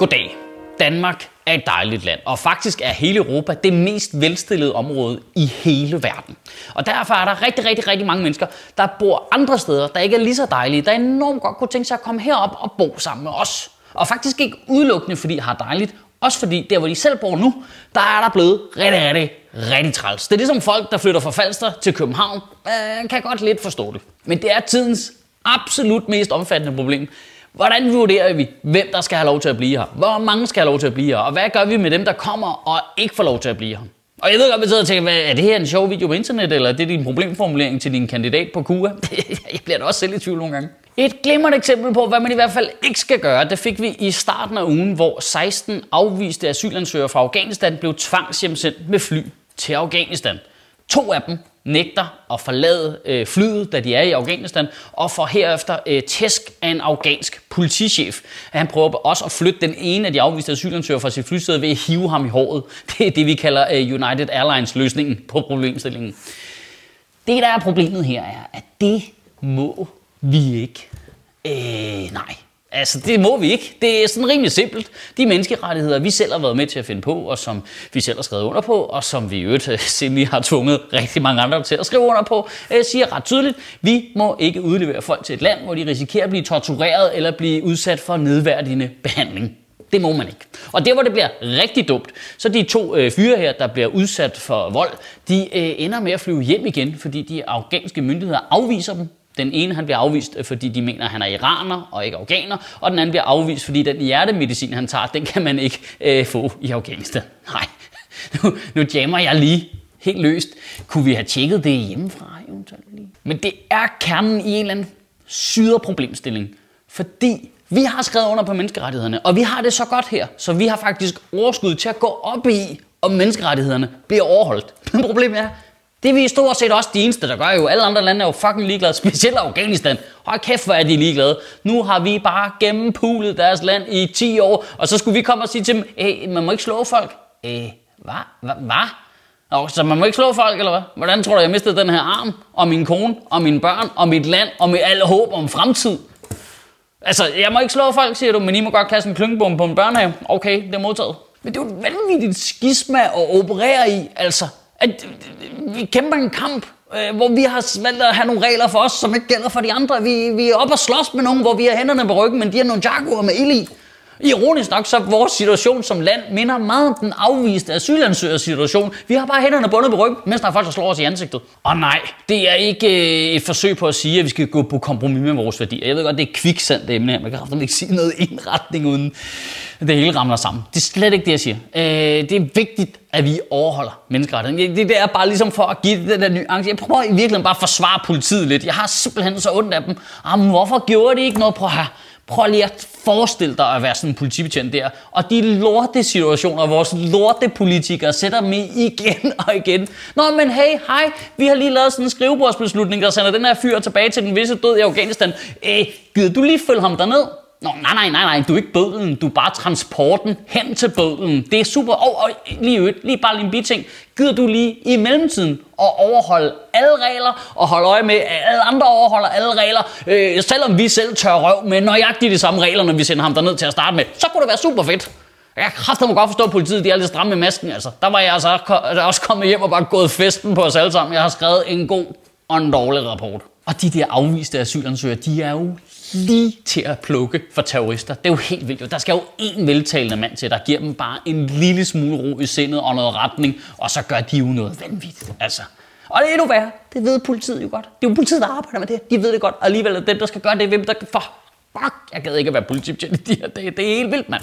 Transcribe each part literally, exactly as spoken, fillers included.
Goddag. Danmark er et dejligt land, og faktisk er hele Europa det mest velstillede område i hele verden. Og derfor er der rigtig, rigtig, rigtig mange mennesker, der bor andre steder, der ikke er lige så dejlige, der enormt godt kunne tænke sig at komme herop og bo sammen med os. Og faktisk ikke udelukkende, fordi de har dejligt, også fordi der, hvor de selv bor nu, der er der blevet rigtig, rigtig, rigtig træls. Det er ligesom folk, der flytter fra Falster til København, øh, kan godt lidt forstå det. Men det er tidens absolut mest omfattende problem. Hvordan vurderer vi, hvem der skal have lov til at blive her? Hvor mange skal have lov til at blive her? Og hvad gør vi med dem, der kommer og ikke får lov til at blive her? Og jeg ved godt, at jeg sidder og tænker, er det her en sjov video på internet, eller er det din problemformulering til din kandidat på Q A? Jeg bliver da også selv i tvivl nogle gange. Et glimrende eksempel på, hvad man i hvert fald ikke skal gøre, det fik vi i starten af ugen, hvor seksten afviste asylansøgere fra Afghanistan blev tvangshjemsendt med fly til Afghanistan. To af dem nægter at forlade øh, flyet, da de er i Afghanistan, og får herefter øh, tæsk af en afghansk politichef. Han prøver også at flytte den ene af de afviste asylansøgere fra sit flysted ved at hive ham i håret. Det er det, vi kalder øh, United Airlines-løsningen på problemstillingen. Det, der er problemet her, er, at det må vi ikke. Øh, nej. Altså, det må vi ikke. Det er sådan rimelig simpelt. De menneskerettigheder, vi selv har været med til at finde på, og som vi selv har skrevet under på, og som vi i øvrigt simpelthen har tvunget rigtig mange andre til at skrive under på, siger ret tydeligt, vi må ikke udlevere folk til et land, hvor de risikerer at blive tortureret eller blive udsat for nedværdigende behandling. Det må man ikke. Og der, hvor det bliver rigtig dumt, så de to øh, fyre her, der bliver udsat for vold, de øh, ender med at flyve hjem igen, fordi de afghanske myndigheder afviser dem. Den ene han bliver afvist, fordi de mener, at han er iraner og ikke afghaner, og den anden bliver afvist, fordi den hjertemedicin, han tager, den kan man ikke øh, få i Afghanistan. Nej, nu, nu jammer jeg lige helt løst. Kunne vi have tjekket det hjemmefra eventuelt lige? Men det er kernen i en eller anden syder problemstilling, fordi vi har skrevet under på menneskerettighederne, og vi har det så godt her, så vi har faktisk overskud til at gå op i, om menneskerettighederne bliver overholdt. Men problemet er, det er vi stort set også de eneste, der gør jo. Alle andre lande er jo fucking ligeglade, specielt Afghanistan. Hold kæft, hvor er de ligeglade. Nu har vi bare gennempulet deres land i ti år, og så skulle vi komme og sige til dem, hey, man må ikke slå folk. Øh, hvad? Hvad? Så man må ikke slå folk, eller hvad? Hvordan tror du, jeg mistede den her arm, og min kone, og mine børn, og mit land, og med al håb om fremtid? Altså, jeg må ikke slå folk, siger du, men I må godt kaste en klyngebombe på en børnehave. Okay, det er modtaget. Men det er jo et vanvittigt skisma at operere i, altså. At vi kæmper en kamp, øh, hvor vi har valgt at have nogle regler for os, som ikke gælder for de andre. Vi, vi er oppe og slås med nogen, hvor vi har hænderne på ryggen, men de har nogle jaguar med ild i. Ironisk nok, så vores situation som land minder meget om den afviste asylansøgers situation. Vi har bare hænderne bundet på ryggen, mens der er folk, der slår os i ansigtet. Og nej, det er ikke øh, et forsøg på at sige, at vi skal gå på kompromis med vores værdier. Jeg ved godt, det er kviksandt emne her. Man kan faktisk ikke sige noget i en retning, uden det hele ramler sammen. Det er slet ikke det, jeg siger. Øh, det er vigtigt, at vi overholder menneskerettigheden. Det, det er bare ligesom for at give den der nuance. Jeg prøver i virkeligheden bare at forsvare politiet lidt. Jeg har simpelthen så ondt af dem. Jamen, hvorfor gjorde de ikke noget? Prøv her. Prøv lige at forestille dig at være sådan en politibetjent der. Og de lorte situationer, vores lorte politikere sætter dem i igen og igen. Nå, men hey, hej, vi har lige lavet sådan en skrivebordsbeslutning, der sender den her fyr tilbage til den visse død i Afghanistan. Æh, gider du lige følge ham derned? Nå, nej, nej, nej, nej, du er ikke bødlen, du er bare transporten hen til bødlen. Det er super, og, og lige øvrigt, lige bare lige en biting. Gider du lige i mellemtiden at overholde alle regler, og holde øje med, at alle andre overholder alle regler, øh, selvom vi selv tør røv med nøjagtigt de samme regler, når vi sender ham derned til at starte med, så kunne det være super fedt. Jeg kræfter mig godt forstå, at politiet de er lidt stramme med masken, altså. Der var jeg altså også kommet hjem og bare gået festen på os alle sammen. Jeg har skrevet en god og en dårlig rapport. Og de der afviste asylansøgere, de er jo lige til at plukke for terrorister. Det er jo helt vildt. Der skal jo en veltalende mand til, der giver dem bare en lille smule ro i sindet og noget retning, og så gør de jo noget vanvittigt. Altså. Og det er endnu værre. Det ved politiet jo godt. Det er jo politiet, der arbejder med det. De ved det godt. Og alligevel er dem, der skal gøre det, hvem der... For fuck, jeg gad ikke at være politibetjent i de her dage. Det er helt vildt, mand.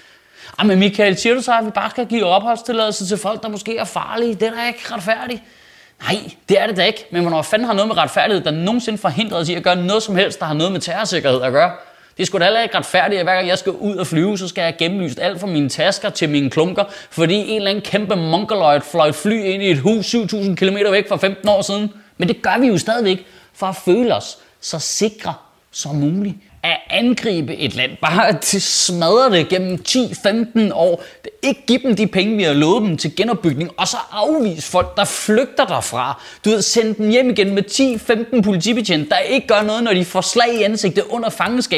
Ah, men Michael, siger du så, at vi bare skal give opholdstilladelse til folk, der måske er farlige? Det er da ikke retfærdigt. Nej, det er det da ikke. Men hvornår fanden har noget med retfærdighed, der nogensinde forhindrer os i at gøre noget som helst, der har noget med terrorsikkerhed at gøre? Det er sgu da heller ikke retfærdigt, at hver gang jeg skal ud og flyve, så skal jeg have gennemlyst alt fra mine tasker til mine klunker, fordi en eller anden kæmpe mongoloid fløj et fly ind i et hus syv tusind kilometer væk for femten år siden. Men det gør vi jo stadigvæk for at føle os så sikre som muligt. At angribe et land, bare til smadre det gennem ti til femten år, ikke give dem de penge, vi har lovet dem til genopbygning, og så afvise folk, der flygter derfra. Du ved, sende dem hjem igen med ti til femten politibetjente, der ikke gør noget, når de får slag i ansigtet under fangenskab.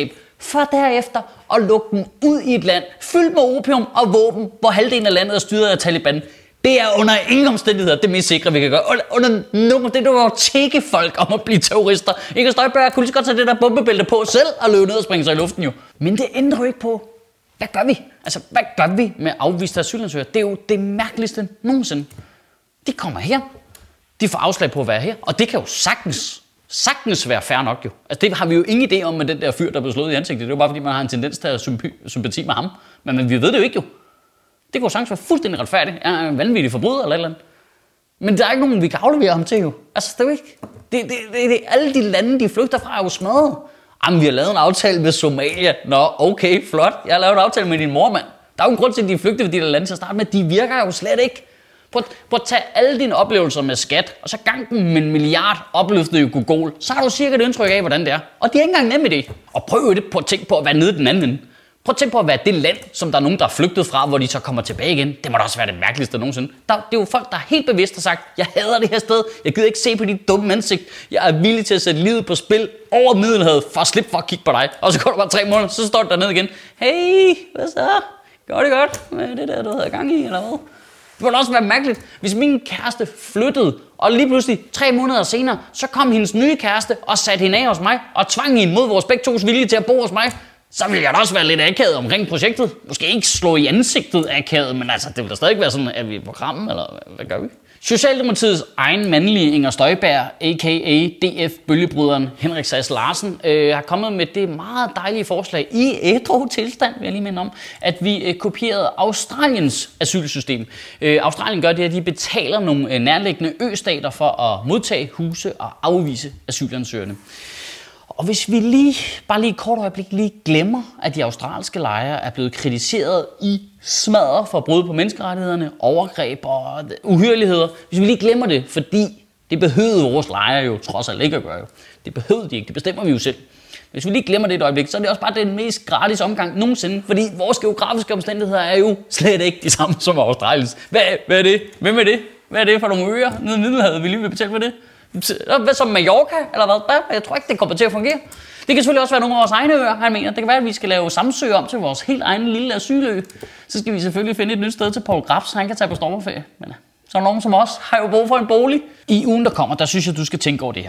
for derefter at lukke dem ud i et land fyldt med opium og våben, hvor halvdelen af landet er styret af Taliban. Det er under ingen omstændigheder det mest sikre, vi kan gøre. Under, under nogen, det er jo at tække folk om at blive terrorister. Inger Støjberg kunne lige så godt tage det der bombebælte på selv og løbe ned og springe sig i luften jo. Men det ændrer jo ikke på, hvad gør vi? Altså, hvad gør vi med afviste asylansøgere? Det er jo det mærkeligste nogensinde. De kommer her, de får afslag på at være her, og det kan jo sagtens, sagtens være fair nok jo. Altså, det har vi jo ingen idé om med den der fyr, der blev slået i ansigtet. Det er jo bare fordi, man har en tendens til at have sympati med ham. Men, men vi ved det jo ikke jo. Det kunne sagtens være fuldstændig retfærdigt. Han er en vanvittig forbryder eller et eller andet. Men der er ikke nogen, vi kan aflevere ham til jo. Altså, det er jo ikke... Det, det, det, det, alle de lande, de flygter fra, er jo smadret. Jamen, vi har lavet en aftale med Somalia. Nå, okay, flot. Jeg har lavet en aftale med din mor, mand. Der er jo en grund til, at de flygter fra de der lande til at starte med. De virker jo slet ikke. Prøv, prøv at tage alle dine oplevelser med skat, og så gang dem med en milliard opløftede i Google. Så har du cirka et indtryk af, hvordan det er. Og det er ikke engang nemt i det. Og prøv det på at tænke på at være nede den anden ende. Prøv at tænke på at være det land, som der er nogen, der er flygtet fra, hvor de så kommer tilbage igen. Det må da også være det mærkeligste nogensinde. Der, det er jo folk, der er helt bevidst har sagt, jeg hader det her sted. Jeg gider ikke se på dit dumme ansigt. Jeg er villig til at sætte livet på spil over Middelhavet for at slippe for at kigge på dig. Og så går der bare tre måneder, så står du dernede igen. Hey, hvad så? Går det godt? Hvad er det der, du havde gang i, eller hvad? Det må da også være mærkeligt, hvis min kæreste flyttede, og lige pludselig tre måneder senere, så kom hendes nye kæreste og satte hende af hos mig, og tvang hende mod vores begge tos vilje til at bo hos mig. Så ville jeg da også være lidt akavet omkring projektet. Måske ikke slå i ansigtet akavet, men altså, det vil da stadig være sådan, at vi er på programmet, eller hvad gør vi? Socialdemokratiets egen mandlige Inger Støjberg, a k a. D F-bølgebryderen Henrik Sass Larsen, øh, har kommet med det meget dejlige forslag i ædru tilstand, vil jeg lige minde om, at vi øh, kopierede Australiens asylsystem. Øh, Australien gør det, at de betaler nogle øh, nærliggende østater for at modtage, huse og afvise asylansøgerne. Og hvis vi lige, bare lige et kort øjeblik, lige glemmer, at de australske lejre er blevet kritiseret i smadre for brud på menneskerettighederne, overgreb og uhyrligheder. Hvis vi lige glemmer det, fordi det behøvede vores lejre jo trods alt ikke at gøre. Jo. Det behøvede de ikke, det bestemmer vi jo selv. Hvis vi lige glemmer det et øjeblik, så er det også bare den mest gratis omgang nogensinde, fordi vores geografiske omstændigheder er jo slet ikke de samme som Australiens. Hvad, hvad er det? Hvem er det? Hvad er det for nogle øer nede i Middelhavet, vi lige vil betale for det? Hvad som Mallorca, eller hvad? Jeg tror ikke, det kommer til at fungere. Det kan selvfølgelig også være nogle af vores egne øer, han mener. Det kan være, at vi skal lave Samsø om til vores helt egen lille asylø. Så skal vi selvfølgelig finde et nyt sted til Poul Grabs, så han kan tage på sommerferie. Men så nogen som os har jo brug for en bolig. I ugen, der kommer, der synes jeg, du skal tænke over det her.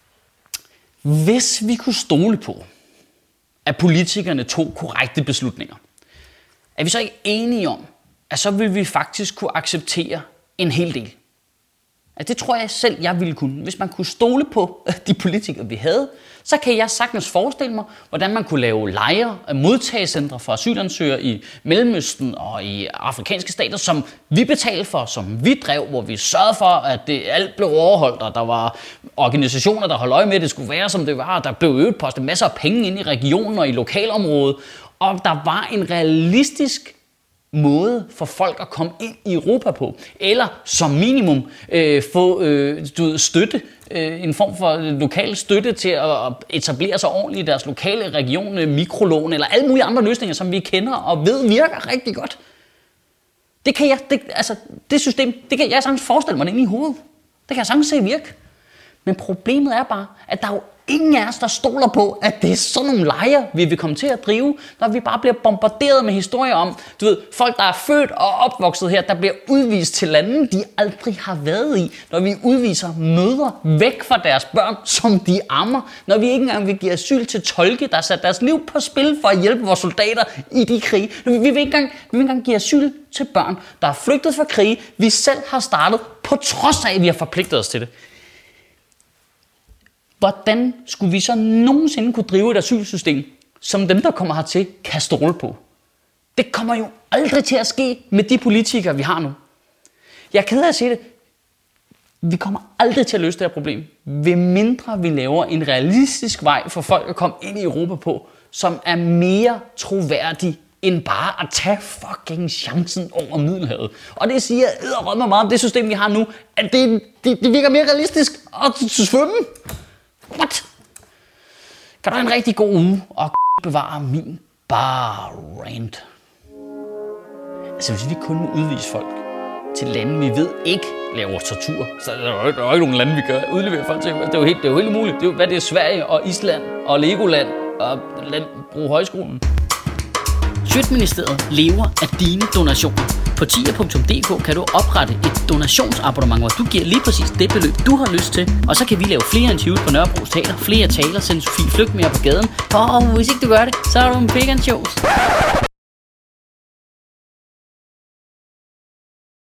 Hvis vi kunne stole på, at politikerne tog korrekte beslutninger, er vi så ikke enige om, at så vil vi faktisk kunne acceptere en hel del? Altså, det tror jeg selv, jeg ville kunne. Hvis man kunne stole på de politikere, vi havde, så kan jeg sagtens forestille mig, hvordan man kunne lave lejre, modtagecentre for asylansøgere i Mellemøsten og i afrikanske stater, som vi betalte for, som vi drev, hvor vi sørgede for, at det alt blev overholdt, og der var organisationer, der holdt øje med, at det skulle være, som det var, og der blev øget postet masser af penge ind i regionen og i lokalområdet, og der var en realistisk måde for folk at komme ind i Europa på, eller som minimum øh, få øh, du ved, støtte, øh, en form for lokal støtte til at etablere sig ordentligt i deres lokale region, øh, mikrolån eller alle mulige andre løsninger, som vi kender og ved virker rigtig godt. Det kan jeg, det, altså det system, det kan jeg sagtens forestille mig ind i hovedet. Det kan jeg sagtens se virke. Men problemet er bare, at der er jo ingen af os, der stoler på, at det er sådan nogle lejre, vi vil komme til at drive, når vi bare bliver bombarderet med historier om, du ved, folk, der er født og opvokset her, der bliver udvist til lande, de aldrig har været i. Når vi udviser mødre væk fra deres børn, som de ammer. Når vi ikke engang vil give asyl til tolke, der har sat deres liv på spil for at hjælpe vores soldater i de krige. Vi vil ikke engang, vi vil ikke engang give asyl til børn, der er flygtet fra krige, vi selv har startet, på trods af, at vi har forpligtet os til det. Hvordan skulle vi så nogensinde kunne drive et asylsystem, som dem, der kommer hertil, kan stole på? Det kommer jo aldrig til at ske med de politikere, vi har nu. Jeg er ked af at sige det. Vi kommer aldrig til at løse det her problem, ved mindre vi laver en realistisk vej for folk at komme ind i Europa på, som er mere troværdig end bare at tage fucking chancen over Middelhavet. Og det siger edderrømme meget om det system, vi har nu, at det, det, det virker mere realistisk at svømme. What? Kan du have en rigtig god uge og bevare min bare rant? Altså hvis vi kun må udvise folk til lande, vi ved ikke laver tortur, så er der jo ikke, der er jo ikke nogen lande, vi gør udlevere folk til. Det er jo helt, det er jo helt umuligt. Det er jo, hvad det er Sverige og Island og Legoland og lad bruge højskolen. Sjøtministeriet lever af dine donationer. På tier punktum d k kan du oprette et donationsabonnement, hvor du giver lige præcis det beløb, du har lyst til. Og så kan vi lave flere interviews på Nørrebros Teater, flere taler, sende Sofie Flygt mere på gaden. Og hvis ikke du gør det, så er du en vegan shows.